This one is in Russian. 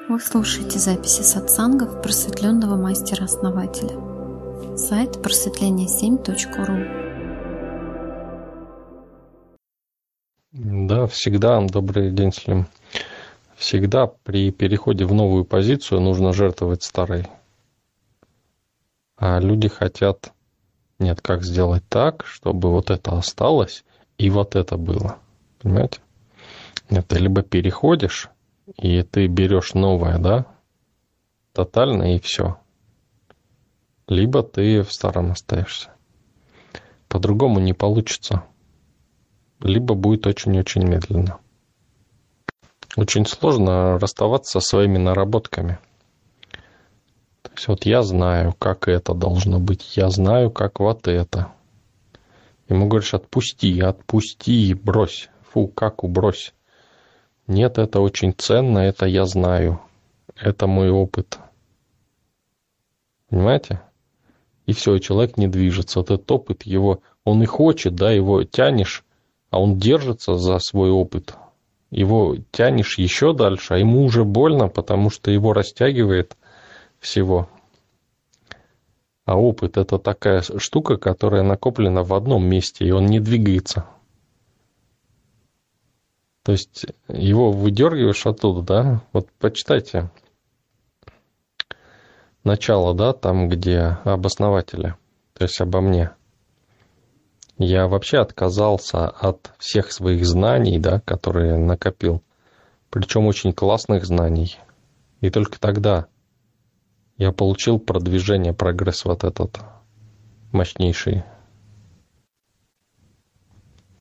Вы слушаете записи сатсангов просветленного мастера-основателя. Сайт просветление7.ру. Да, всегда, добрый день, Слим. Всегда при переходе в новую позицию нужно жертвовать старой. А люди хотят, нет, как сделать так, чтобы вот это осталось и вот это было. Понимаете? Нет, ты либо переходишь, и ты берешь новое, да, тотально, и все. Либо ты в старом остаешься. По-другому не получится. Либо будет очень-очень медленно. Очень сложно расставаться со своими наработками. То есть вот я знаю, как это должно быть, я знаю, как вот это. Ему говоришь, отпусти, брось. Фу, как убрось. Нет, это очень ценно, это я знаю. Это мой опыт. Понимаете? И все, и человек не движется. Вот этот опыт его, он и хочет, да, его тянешь, а он держится за свой опыт. Его тянешь еще дальше, а ему уже больно, потому что его растягивает всего. А опыт — это такая штука, которая накоплена в одном месте, и он не двигается. То есть его выдергиваешь оттуда, да? Вот почитайте начало, да, там, где об основателе, то есть обо мне. Я вообще отказался от всех своих знаний, да, которые накопил, причем очень классных знаний. И только тогда я получил продвижение, прогресс вот этот мощнейший.